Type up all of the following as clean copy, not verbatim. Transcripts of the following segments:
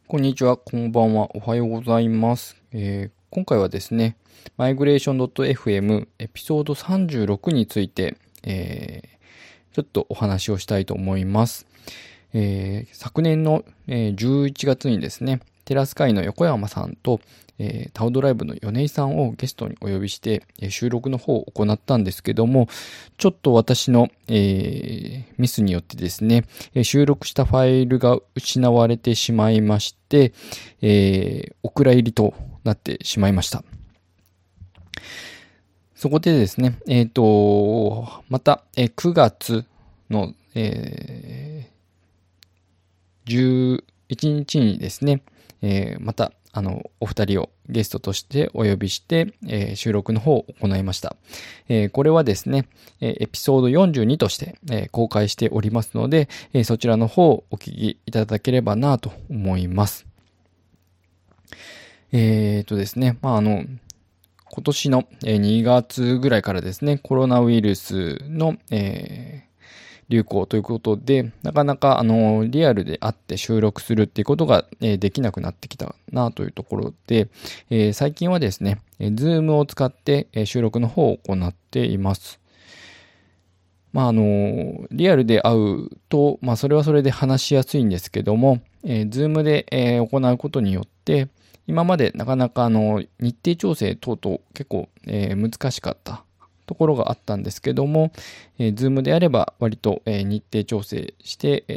こんにちは、こんばんは、おはようございます。今回はですね、migration.fm エピソード36について、ちょっとお話をしたいと思います。昨年の、11月にですね、テラス会の横山さんと、タオドライブの米井さんをゲストにお呼びして、収録の方を行ったんですけども、ちょっと私の、ミスによってですね、収録したファイルが失われてしまいまして、お蔵入りとなってしまいました。そこでですね、また、9月の、11日にですね、また、お二人をゲストとしてお呼びして、収録の方を行いました。これはですね、エピソード42として、公開しておりますので、そちらの方をお聞きいただければなと思います。ですね、今年の2月ぐらいからですね、コロナウイルスの、流行ということで、なかなかリアルで会って収録するっていうことが、できなくなってきたなというところで、最近はですね、Zoom を使って、収録の方を行っています。リアルで会うと、それはそれで話しやすいんですけども、Zoom で、行うことによって、今までなかなか日程調整等々結構、難しかったところがあったんですけども、Zoom であれば割と、日程調整して、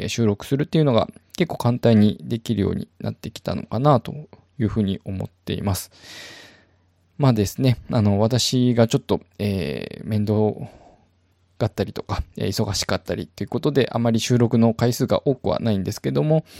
収録するっていうのが結構簡単にできるようになってきたのかなというふうに思っています。ですね、私がちょっと、面倒がったりとか、忙しかったりということで、あまり収録の回数が多くはないんですけども、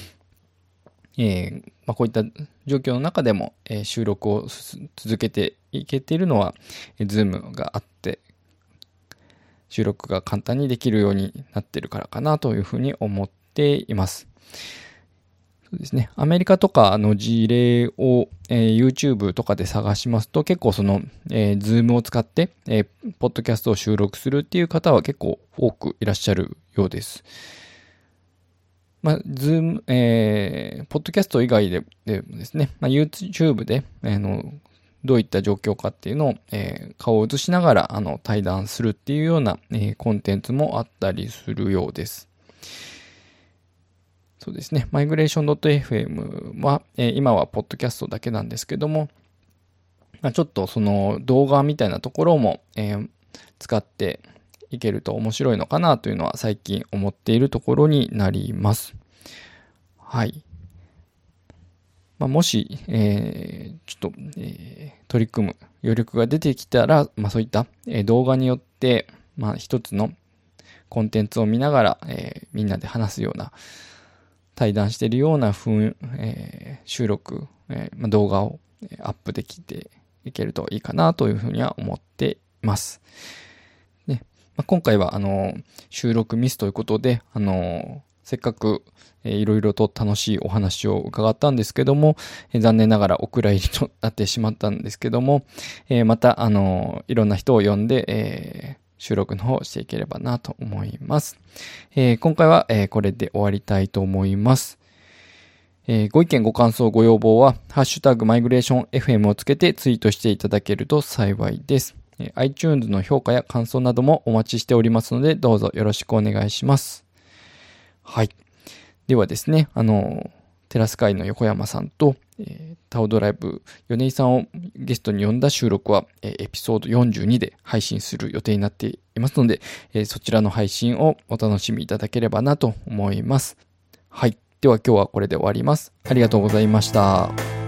こういった状況の中でも、収録を続けていけているのは、Zoom があって、収録が簡単にできるようになっているからかなというふうに思っています。そうですね。アメリカとかの事例を、YouTube とかで探しますと結構その、Zoom を使って、ポッドキャストを収録するっていう方は結構多くいらっしゃるようです。Zoom、ポッドキャスト以外でですね、YouTube で、どういった状況かっていうのを、顔を映しながら対談するっていうような、コンテンツもあったりするようです。そうですね。migration.fm は、今はポッドキャストだけなんですけども、ちょっとその動画みたいなところも、使っていけると面白いのかなというのは最近思っているところになります。はい。もし、ちょっと、取り組む余力が出てきたら、そういった、動画によって、一つのコンテンツを見ながら、みんなで話すような、対談しているような収録、動画をアップできていけるといいかなというふうには思っています。ね今回は収録ミスということで、せっかくいろいろと楽しいお話を伺ったんですけども、残念ながらお蔵入りとなってしまったんですけども、またいろんな人を呼んで、収録の方をしていければなと思います。今回は、これで終わりたいと思います。ご意見ご感想ご要望はハッシュタグマイグレーション FM をつけてツイートしていただけると幸いです。iTunes の評価や感想などもお待ちしておりますのでどうぞよろしくお願いします。はい。ではですね、テラス会の横山さんと、タオドライブ米井さんをゲストに呼んだ収録は、エピソード42で配信する予定になっていますので、そちらの配信をお楽しみいただければなと思います。はい。では今日はこれで終わります。ありがとうございました。